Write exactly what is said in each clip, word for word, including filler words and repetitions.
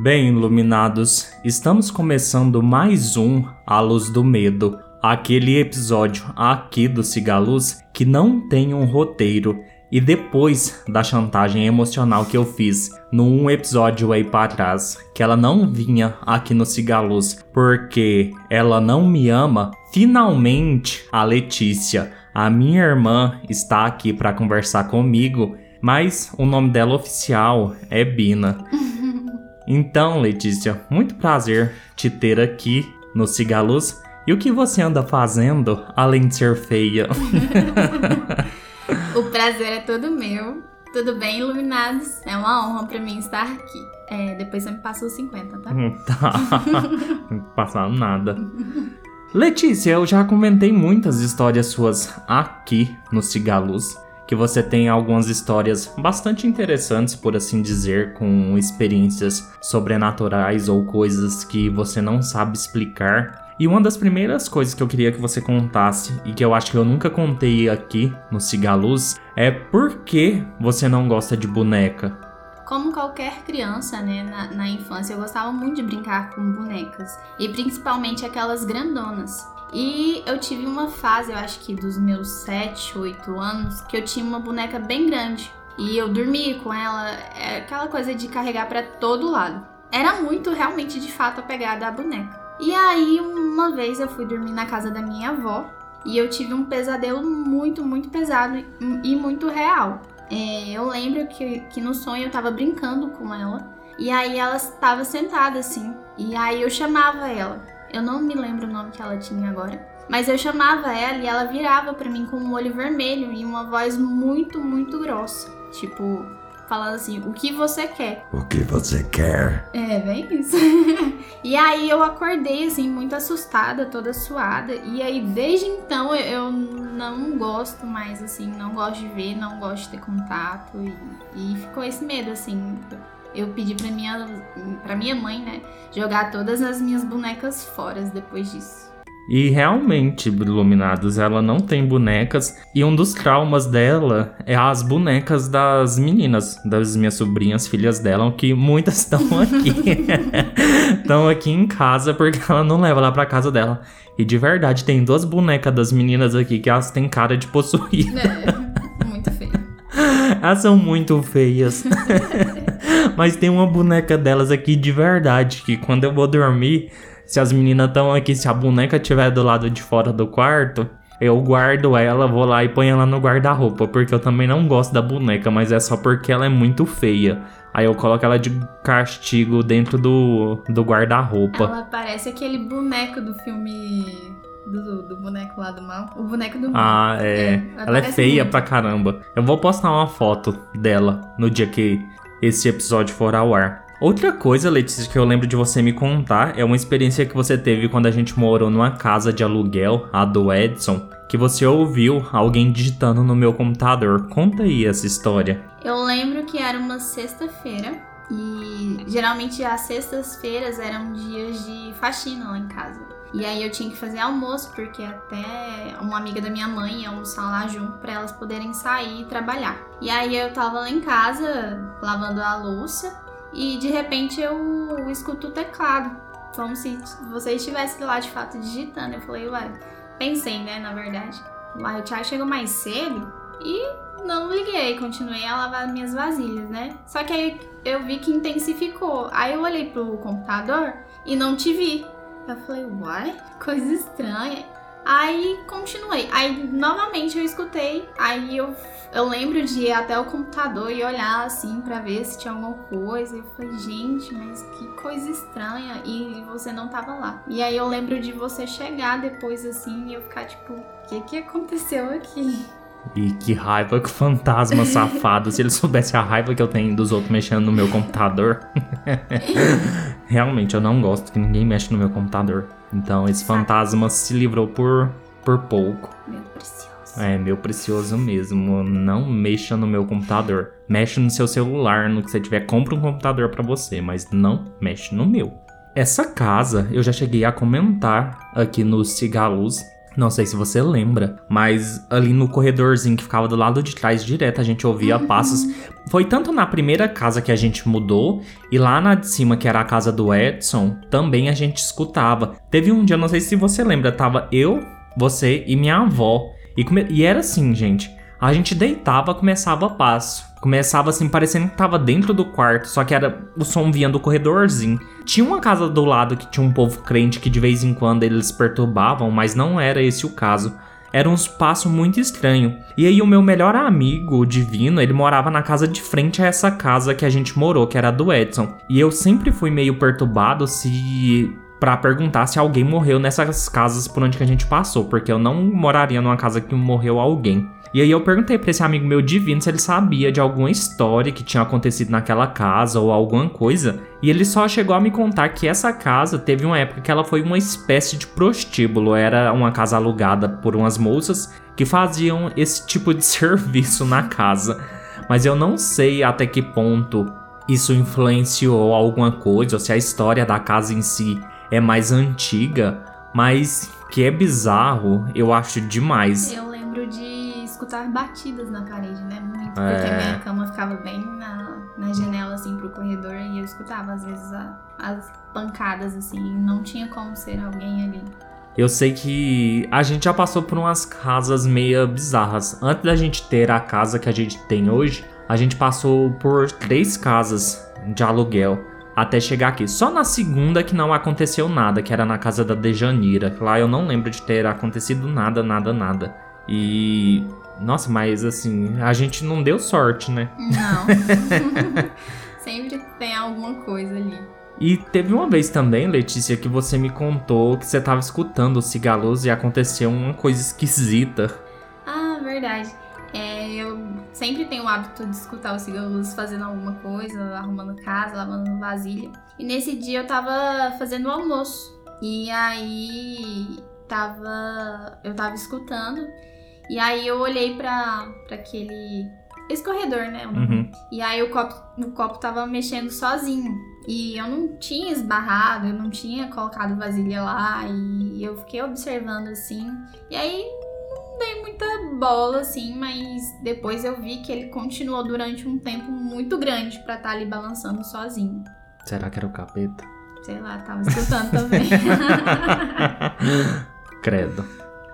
Bem, iluminados, estamos começando mais um A Luz do Medo, aquele episódio aqui do Cigaluz que não tem um roteiro. E depois da chantagem emocional que eu fiz num episódio aí pra trás, que ela não vinha aqui no Cigaluz porque ela não me ama, finalmente a Letícia, a minha irmã, está aqui pra conversar comigo, mas o nome dela oficial é Bina. Então, Letícia, muito prazer te ter aqui no Cigaluz. E o que você anda fazendo além de ser feia? O prazer é todo meu. Tudo bem, iluminados? É uma honra pra mim estar aqui. É, depois você me passa os cinquenta, tá? Tá. Não passar nada. Letícia, eu já comentei muitas histórias suas aqui no Cigaluz. Que você tem algumas histórias bastante interessantes, por assim dizer, com experiências sobrenaturais ou coisas que você não sabe explicar. E uma das primeiras coisas que eu queria que você contasse, e que eu acho que eu nunca contei aqui no Cigaluz, é por que você não gosta de boneca? Como qualquer criança, né, na, na infância, eu gostava muito de brincar com bonecas. E principalmente aquelas grandonas. E eu tive uma fase, eu acho que dos meus sete, oito anos, que eu tinha uma boneca bem grande. E eu dormia com ela, é aquela coisa de carregar pra todo lado. Era muito, realmente, de fato, apegada à boneca. E aí, uma vez eu fui dormir na casa da minha avó e eu tive um pesadelo muito, muito pesado e muito real. É, eu lembro que, que no sonho eu tava brincando com ela e aí ela estava sentada assim. E aí eu chamava ela. Eu não me lembro o nome que ela tinha agora. Mas eu chamava ela e ela virava pra mim com um olho vermelho e uma voz muito, muito grossa. Tipo, falando assim, o que você quer? O que você quer? É, bem isso. E aí eu acordei, assim, muito assustada, toda suada. E aí, desde então, eu não gosto mais, assim, não gosto de ver, não gosto de ter contato. E, e ficou esse medo, assim. Eu pedi pra minha, pra minha mãe, né, jogar todas as minhas bonecas fora depois disso. E realmente, Iluminados, ela não tem bonecas. E um dos traumas dela é as bonecas das meninas, das minhas sobrinhas, filhas dela, que muitas estão aqui. Estão aqui em casa porque ela não leva lá pra casa dela. E de verdade, tem duas bonecas das meninas aqui que elas têm cara de possuída. É, muito feio. Elas são muito feias. Mas tem uma boneca delas aqui de verdade, que quando eu vou dormir, se as meninas estão aqui, se a boneca estiver do lado de fora do quarto, eu guardo ela, vou lá e ponho ela no guarda-roupa, porque eu também não gosto da boneca, mas é só porque ela é muito feia. Aí eu coloco ela de castigo dentro do, do guarda-roupa. Ela parece aquele boneco do filme... Do, do boneco lá do mal. O boneco do mal. Ah, é. é ela é feia muito. Pra caramba. Eu vou postar uma foto dela no dia que esse episódio for ao ar. Outra coisa, Letícia, que eu lembro de você me contar é uma experiência que você teve quando a gente morou numa casa de aluguel, a do Edson, que você ouviu alguém digitando no meu computador. Conta aí essa história. Eu lembro que era uma sexta-feira e geralmente as sextas-feiras eram dias de faxina lá em casa. E aí eu tinha que fazer almoço, porque até uma amiga da minha mãe ia almoçar lá junto pra elas poderem sair e trabalhar. E aí eu tava lá em casa, lavando a louça, e de repente eu escuto o teclado. Como se você estivesse lá de fato digitando. Eu falei, ué, pensei, né, na verdade. Ué, o Thiago chegou mais cedo e não liguei, continuei a lavar minhas vasilhas, né? Só que aí eu vi que intensificou. Aí eu olhei pro computador e não te vi. Eu falei, uai, coisa estranha. Aí continuei. Aí novamente eu escutei. Aí eu, eu lembro de ir até o computador e olhar assim pra ver se tinha alguma coisa. Eu falei, gente, mas que coisa estranha. E você não tava lá. E aí eu lembro de você chegar depois assim e eu ficar tipo, o que que aconteceu aqui? E que raiva que fantasma safado. Se ele soubesse a raiva que eu tenho dos outros mexendo no meu computador. Realmente, eu não gosto que ninguém mexe no meu computador. Então, esse fantasma se livrou por, por pouco. Meu precioso. É, meu precioso mesmo. Não mexa no meu computador. Mexe no seu celular, no que você tiver. Compra um computador pra você, mas não mexe no meu. Essa casa, eu já cheguei a comentar aqui no Cigaluz, Não sei se você lembra, mas ali no corredorzinho que ficava do lado de trás, direto, a gente ouvia Uhum. passos. Foi tanto na primeira casa que a gente mudou, e lá na de cima, que era a casa do Edson, também a gente escutava. Teve um dia, não sei se você lembra, tava eu, você e minha avó. E, come... e era assim, gente, a gente deitava, começava passo. Começava assim, parecendo que tava dentro do quarto, só que era o som vinha do corredorzinho. Tinha uma casa do lado que tinha um povo crente que de vez em quando eles perturbavam, mas não era esse o caso. Era um espaço muito estranho. E aí o meu melhor amigo, o Divino, ele morava na casa de frente a essa casa que a gente morou, que era a do Edson. E eu sempre fui meio perturbado se... pra perguntar se alguém morreu nessas casas por onde que a gente passou, porque eu não moraria numa casa que morreu alguém. E aí eu perguntei pra esse amigo meu Divino se ele sabia de alguma história que tinha acontecido naquela casa ou alguma coisa. E ele só chegou a me contar que essa casa teve uma época que ela foi uma espécie de prostíbulo. Era uma casa alugada por umas moças que faziam esse tipo de serviço na casa. Mas eu não sei até que ponto isso influenciou alguma coisa, ou se a história da casa em si é mais antiga, mas que é bizarro, eu acho demais. Eu lembro de escutar batidas na parede, né? Muito, É. porque a minha cama ficava bem na, na janela, assim, pro corredor, e eu escutava, às vezes, a- as pancadas, assim, e não tinha como ser alguém ali. Eu sei que a gente já passou por umas casas meio bizarras. Antes da gente ter a casa que a gente tem hoje, a gente passou por três casas de aluguel até chegar aqui. Só na segunda que não aconteceu nada, que era na casa da Dejanira. Lá eu não lembro de ter acontecido nada, nada, nada. E... nossa, mas assim, a gente não deu sorte, né? Não. Sempre tem alguma coisa ali. E teve uma vez também, Letícia, que você me contou que você tava escutando o Cigaluz e aconteceu uma coisa esquisita. Ah, verdade. É, eu sempre tenho o hábito de escutar o Cigaluz fazendo alguma coisa, arrumando casa, lavando vasilha. E nesse dia eu tava fazendo o almoço. E aí tava, eu tava escutando. E aí eu olhei pra, pra aquele escorredor, né? Uhum. E aí o copo, o copo tava mexendo sozinho. E eu não tinha esbarrado, eu não tinha colocado vasilha lá. E eu fiquei observando assim. E aí não dei muita bola, assim, mas depois eu vi que ele continuou durante um tempo muito grande pra estar ali balançando sozinho. Será que era o capeta? Sei lá, tava escutando também. Credo.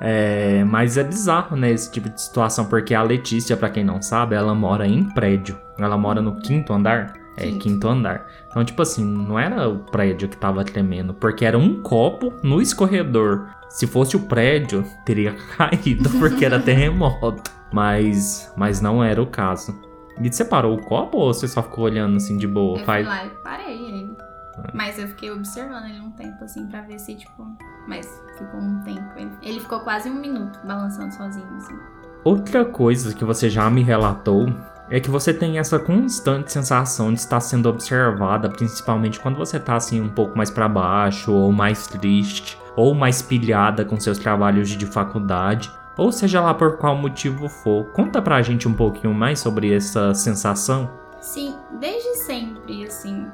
É, mas é bizarro, né, esse tipo de situação, porque a Letícia, pra quem não sabe, ela mora em prédio. Ela mora no quinto andar. É, Quinto. quinto andar. Então, tipo assim, não era o prédio que tava tremendo, porque era um copo no escorredor. Se fosse o prédio, teria caído, porque era terremoto. Mas, mas não era o caso. E você parou o copo ou você só ficou olhando assim de boa? Eu Faz... fui lá e parei ele. Mas eu fiquei observando ele um tempo, assim, pra ver se, tipo... Mas ficou um tempo. Ele, ele ficou quase um minuto balançando sozinho, assim. Outra coisa que você já me relatou é que você tem essa constante sensação de estar sendo observada, principalmente quando você tá assim um pouco mais pra baixo, ou mais triste, ou mais pilhada com seus trabalhos de faculdade, ou seja lá por qual motivo for. Conta pra gente um pouquinho mais sobre essa sensação. Sim, desde sempre, assim.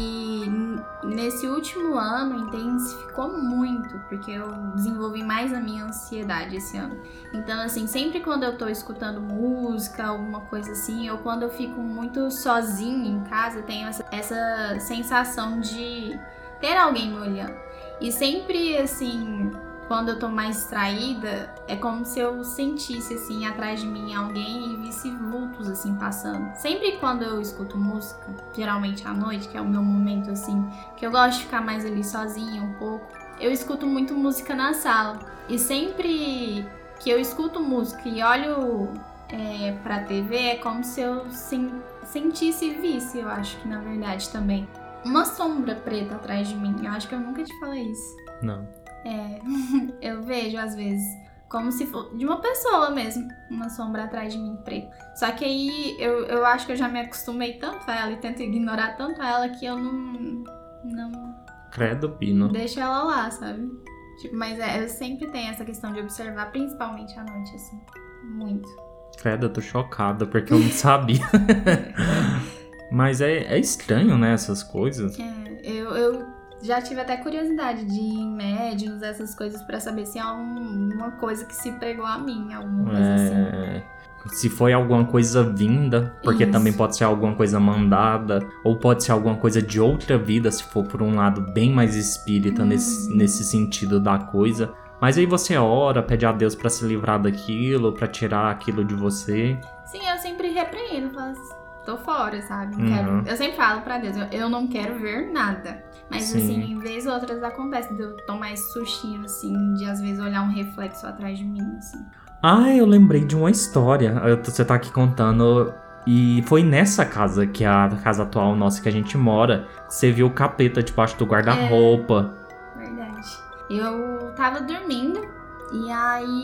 E n- nesse último ano intensificou muito, porque eu desenvolvi mais a minha ansiedade esse ano. Então, assim, sempre quando eu tô escutando música, alguma coisa assim, ou quando eu fico muito sozinha em casa, eu tenho essa, essa sensação de ter alguém me olhando. E sempre, assim, quando eu tô mais distraída, é como se eu sentisse, assim, atrás de mim alguém e visse vultos, assim, passando. Sempre quando eu escuto música, geralmente à noite, que é o meu momento, assim, que eu gosto de ficar mais ali sozinha um pouco, eu escuto muito música na sala. E sempre que eu escuto música e olho é, pra T V, é como se eu sen- sentisse e visse, eu acho que na verdade também. Uma sombra preta atrás de mim. Eu acho que eu nunca te falei isso. Não. É, eu vejo às vezes como se fosse de uma pessoa mesmo, uma sombra atrás de mim preta. Só que aí eu, eu acho que eu já me acostumei tanto a ela e tento ignorar tanto a ela que eu não, não Credo, Pino. deixo ela lá, sabe? Tipo, mas é, eu sempre tenho essa questão de observar, principalmente à noite, assim. Muito. Credo, eu tô chocada porque eu não sabia. Mas é, é estranho, né, essas coisas. É, eu, eu já tive até curiosidade de ir em médiuns, essas coisas, pra saber se há alguma coisa que se pregou a mim, alguma coisa é... assim. Se foi alguma coisa vinda, porque Isso. também pode ser alguma coisa mandada, ou pode ser alguma coisa de outra vida, se for por um lado bem mais espírita, uhum. nesse, nesse sentido da coisa. Mas aí você ora, pede a Deus pra se livrar daquilo, pra tirar aquilo de você. Sim, eu sempre repreendo, falo assim, tô fora, sabe? Não uhum. quero... Eu sempre falo pra Deus, eu, eu não quero ver nada. Mas Sim. assim, em vez ou outras acontece de eu tomar esse sustinho, assim, de às vezes olhar um reflexo atrás de mim, assim. Ah, eu lembrei de uma história, você tá aqui contando, e foi nessa casa, que é a casa atual nossa que a gente mora, que você viu o capeta debaixo do guarda-roupa. É, verdade. Eu tava dormindo, e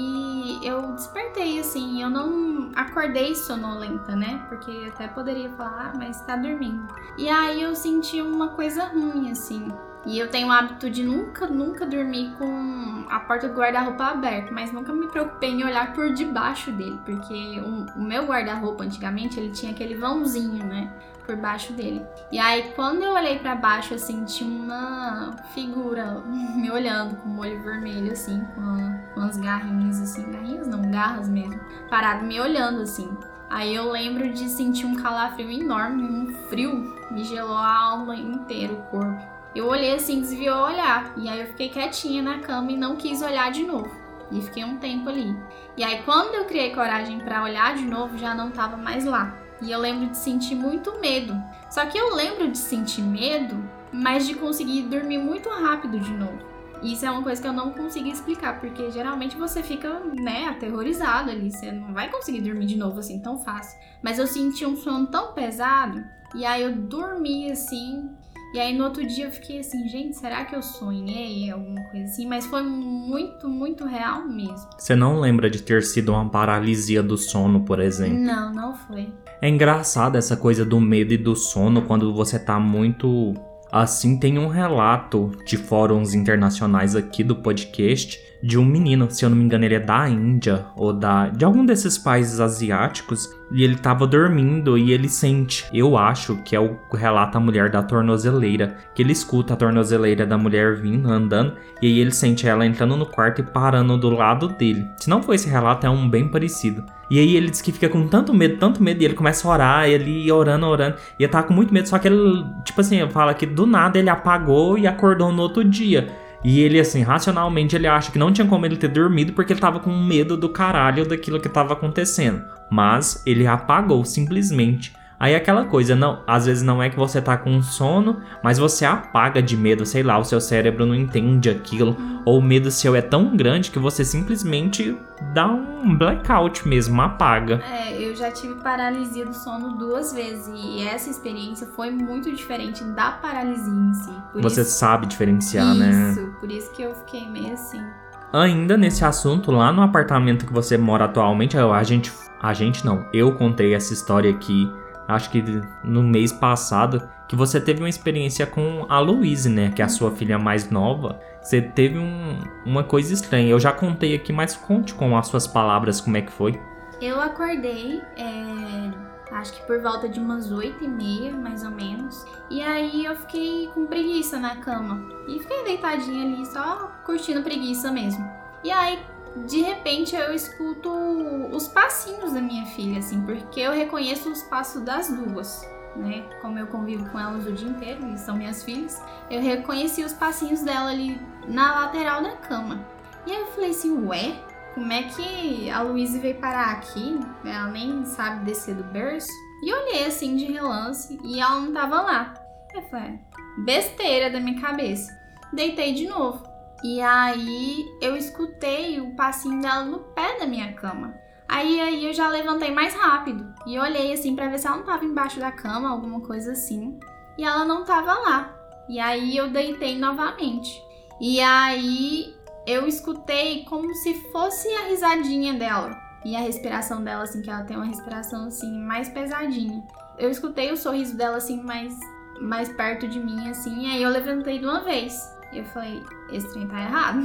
aí eu despertei, assim, eu não acordei sonolenta, né? Porque até poderia falar, ah, mas tá dormindo. E aí eu senti uma coisa ruim, assim. E eu tenho o hábito de nunca, nunca dormir com a porta do guarda-roupa aberta, mas nunca me preocupei em olhar por debaixo dele, porque o, o meu guarda-roupa, antigamente, ele tinha aquele vãozinho, né, por baixo dele. E aí, quando eu olhei pra baixo, assim, tinha uma figura me olhando com o olho vermelho, assim, com, a, com as garrinhas, assim, garrinhas não, garras mesmo, parado me olhando, assim. Aí eu lembro de sentir um calafrio enorme, um frio, me gelou a alma inteira, o corpo. Eu olhei assim, desviou o olhar. E aí eu fiquei quietinha na cama e não quis olhar de novo. E fiquei um tempo ali. E aí quando eu criei coragem pra olhar de novo, já não tava mais lá. E eu lembro de sentir muito medo. Só que eu lembro de sentir medo, mas de conseguir dormir muito rápido de novo. E isso é uma coisa que eu não consigo explicar, porque geralmente você fica, né, aterrorizado ali. Você não vai conseguir dormir de novo assim tão fácil. Mas eu senti um sono tão pesado, e aí eu dormi assim... E aí no outro dia eu fiquei assim, gente, será que eu sonhei alguma coisa assim? Mas foi muito, muito real mesmo. Você não lembra de ter sido uma paralisia do sono, por exemplo? Não, não foi. É engraçado essa coisa do medo e do sono quando você tá muito... Assim, tem um relato de fóruns internacionais aqui do podcast de um menino, se eu não me engano ele é da Índia ou da, de algum desses países asiáticos, e ele tava dormindo e ele sente, eu acho que é o que relata a mulher da tornozeleira, que ele escuta a tornozeleira da mulher vindo, andando, e aí ele sente ela entrando no quarto e parando do lado dele. Se não for esse relato, é um bem parecido. E aí ele diz que fica com tanto medo, tanto medo, e ele começa a orar, ele orando, orando, e ele tá com muito medo, só que ele, tipo assim, fala que do nada ele apagou e acordou no outro dia. E ele, assim, racionalmente, ele acha que não tinha como ele ter dormido porque ele tava com medo do caralho daquilo que tava acontecendo. Mas ele apagou, simplesmente. Aí aquela coisa, não, às vezes não é que você tá com sono, mas você apaga de medo, sei lá, o seu cérebro não entende aquilo, ou o medo seu é tão grande que você simplesmente dá um blackout mesmo, apaga. É, eu já tive paralisia do sono duas vezes, e essa experiência foi muito diferente da paralisia em si. Por você isso... sabe diferenciar, isso, né? Isso, por isso que eu fiquei meio assim. Ainda nesse assunto, lá no apartamento que você mora atualmente, a gente, a gente não, eu contei essa história aqui, acho que no mês passado, que você teve uma experiência com a Louise, né? Que é a sua filha mais nova. Você teve um, uma coisa estranha. Eu já contei aqui, mas conte com as suas palavras como é que foi. Eu acordei, é, acho que por volta de umas oito e meia, mais ou menos. E aí eu fiquei com preguiça na cama. E fiquei deitadinha ali, só curtindo preguiça mesmo. E aí... de repente eu escuto os passinhos da minha filha, assim, porque eu reconheço os passos das duas, né? Como eu convivo com elas o dia inteiro, e são minhas filhas, eu reconheci os passinhos dela ali na lateral da cama. E aí eu falei assim, ué, como é que a Louise veio parar aqui? Ela nem sabe descer do berço. E eu olhei assim de relance e ela não tava lá. Eu falei, besteira da minha cabeça. Deitei de novo. E aí eu escutei o passinho dela no pé da minha cama. Aí, aí eu já levantei mais rápido e olhei assim pra ver se ela não tava embaixo da cama, alguma coisa assim. E ela não tava lá. E aí eu deitei novamente. E aí eu escutei como se fosse a risadinha dela. E a respiração dela, assim, que ela tem uma respiração assim mais pesadinha. Eu escutei o sorriso dela assim mais, mais perto de mim, assim. E aí eu levantei de uma vez. E eu falei, esse trem tá errado.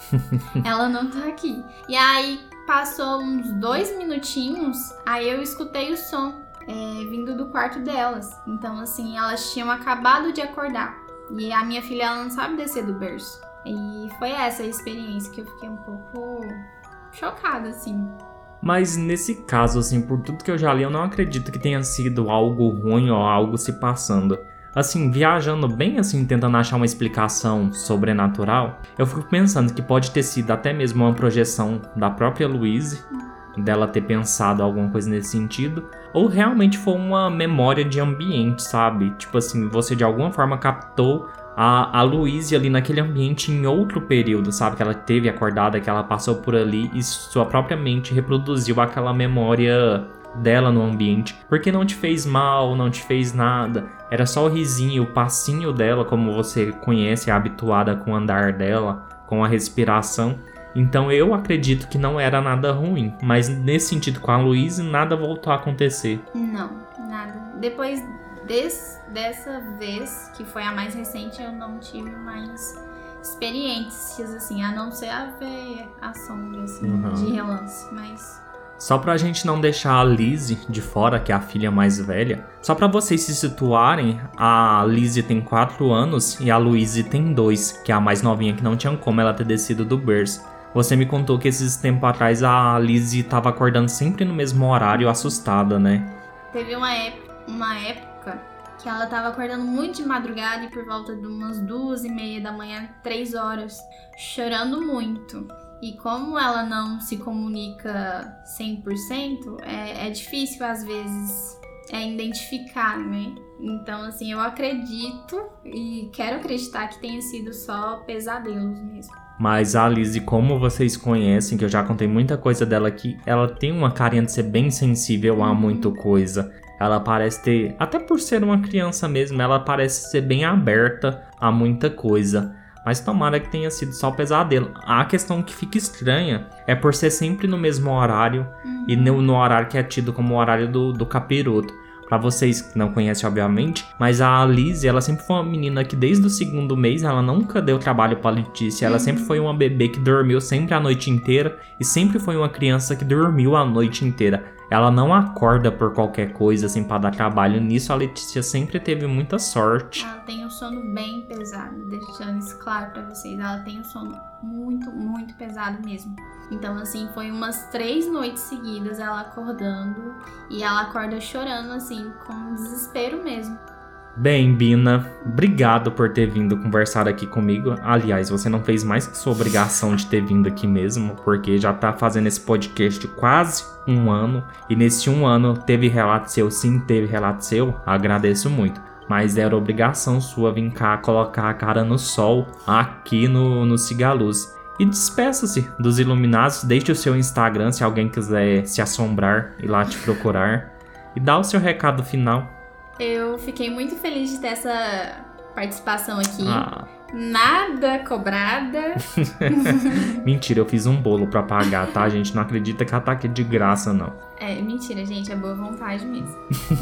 Ela não tá aqui. E aí passou uns dois minutinhos, aí eu escutei o som é, vindo do quarto delas. Então assim, elas tinham acabado de acordar. E a minha filha, ela não sabe descer do berço. E foi essa a experiência que eu fiquei um pouco chocada, assim. Mas nesse caso, assim, por tudo que eu já li, eu não acredito que tenha sido algo ruim ou algo se passando. Assim, viajando bem assim, tentando achar uma explicação sobrenatural, eu fico pensando que pode ter sido até mesmo uma projeção da própria Louise, dela ter pensado alguma coisa nesse sentido, ou realmente foi uma memória de ambiente, sabe? Tipo assim, você de alguma forma captou a, a Louise ali naquele ambiente em outro período, sabe? Que ela teve acordada, que ela passou por ali e sua própria mente reproduziu aquela memória dela no ambiente, porque não te fez mal, não te fez nada, era só o risinho, o passinho dela, como você conhece, é habituada com o andar dela, com a respiração. Então eu acredito que não era nada ruim, mas nesse sentido com a Louise nada voltou a acontecer. Não, nada. Depois des, dessa vez, que foi a mais recente, eu não tive mais experiências assim, a não ser a ver a sombra assim, uhum. de relance, mas... Só pra gente não deixar a Lizzie de fora, que é a filha mais velha, só pra vocês se situarem, a Lizzie tem quatro anos e a Louise tem dois, que é a mais novinha, que não tinha como ela ter descido do berço. Você me contou que esses tempos atrás a Lizzie tava acordando sempre no mesmo horário, assustada, né? Teve uma época, uma época que ela tava acordando muito de madrugada e por volta de umas duas e meia da manhã, três horas, chorando muito. E como ela não se comunica cem por cento, é, é difícil às vezes é, identificar, né? Então, assim, eu acredito e quero acreditar que tenha sido só pesadelos mesmo. Mas a Lizzie, como vocês conhecem, que eu já contei muita coisa dela aqui, ela tem uma carinha de ser bem sensível a muita coisa. Ela parece ter, até por ser uma criança mesmo, ela parece ser bem aberta a muita coisa. Mas tomara que tenha sido só pesadelo. A questão que fica estranha é por ser sempre no mesmo horário uhum. e no, no horário que é tido como o horário do, do capiroto. Pra vocês que não conhecem, obviamente, mas a Lizzie, ela sempre foi uma menina que desde o segundo mês, ela nunca deu trabalho pra Letícia. Ela uhum. sempre foi uma bebê que dormiu sempre a noite inteira e sempre foi uma criança que dormiu a noite inteira. Ela não acorda por qualquer coisa, assim, pra dar trabalho. Nisso, a Letícia sempre teve muita sorte. Ela tem um sono bem pesado, deixando isso claro pra vocês. Ela tem um sono muito, muito pesado mesmo. Então, assim, foi umas três noites seguidas ela acordando. E ela acorda chorando, assim, com desespero mesmo. Bem, Bina, obrigado por ter vindo conversar aqui comigo. Aliás, você não fez mais que sua obrigação de ter vindo aqui mesmo, porque já tá fazendo esse podcast quase um ano. E nesse um ano teve relato seu, sim, teve relato seu, agradeço muito. Mas era obrigação sua vir cá colocar a cara no sol aqui no, no Cigaluz. E despeça-se dos iluminados, deixe o seu Instagram se alguém quiser se assombrar e lá te procurar. E dá o seu recado final. Eu fiquei muito feliz de ter essa participação aqui. Ah. Nada cobrada. Mentira, eu fiz um bolo pra pagar, tá? A gente não acredita que ela tá aqui de graça, não. É, mentira, gente. É boa vontade mesmo.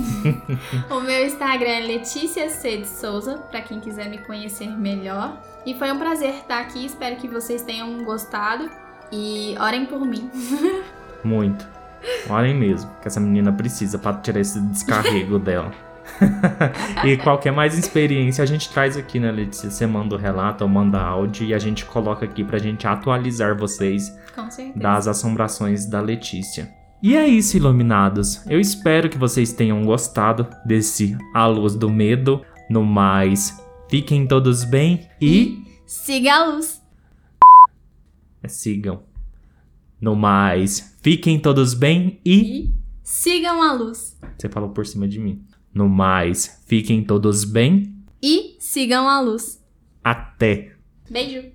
O meu Instagram é Letícia C. de Souza, pra quem quiser me conhecer melhor. E foi um prazer estar aqui. Espero que vocês tenham gostado. E orem por mim. Muito. Orem mesmo, que essa menina precisa pra tirar esse descarrego dela. E qualquer mais experiência a gente traz aqui, né, Letícia? Você manda o relato ou manda áudio e a gente coloca aqui pra gente atualizar vocês das assombrações da Letícia. E é isso, iluminados. Eu espero que vocês tenham gostado desse A Luz do Medo. No mais, fiquem todos bem e... siga a luz. É, sigam. No mais, fiquem todos bem e... e sigam a luz. Você falou por cima de mim. No mais, fiquem todos bem e sigam a luz. Até. Beijo.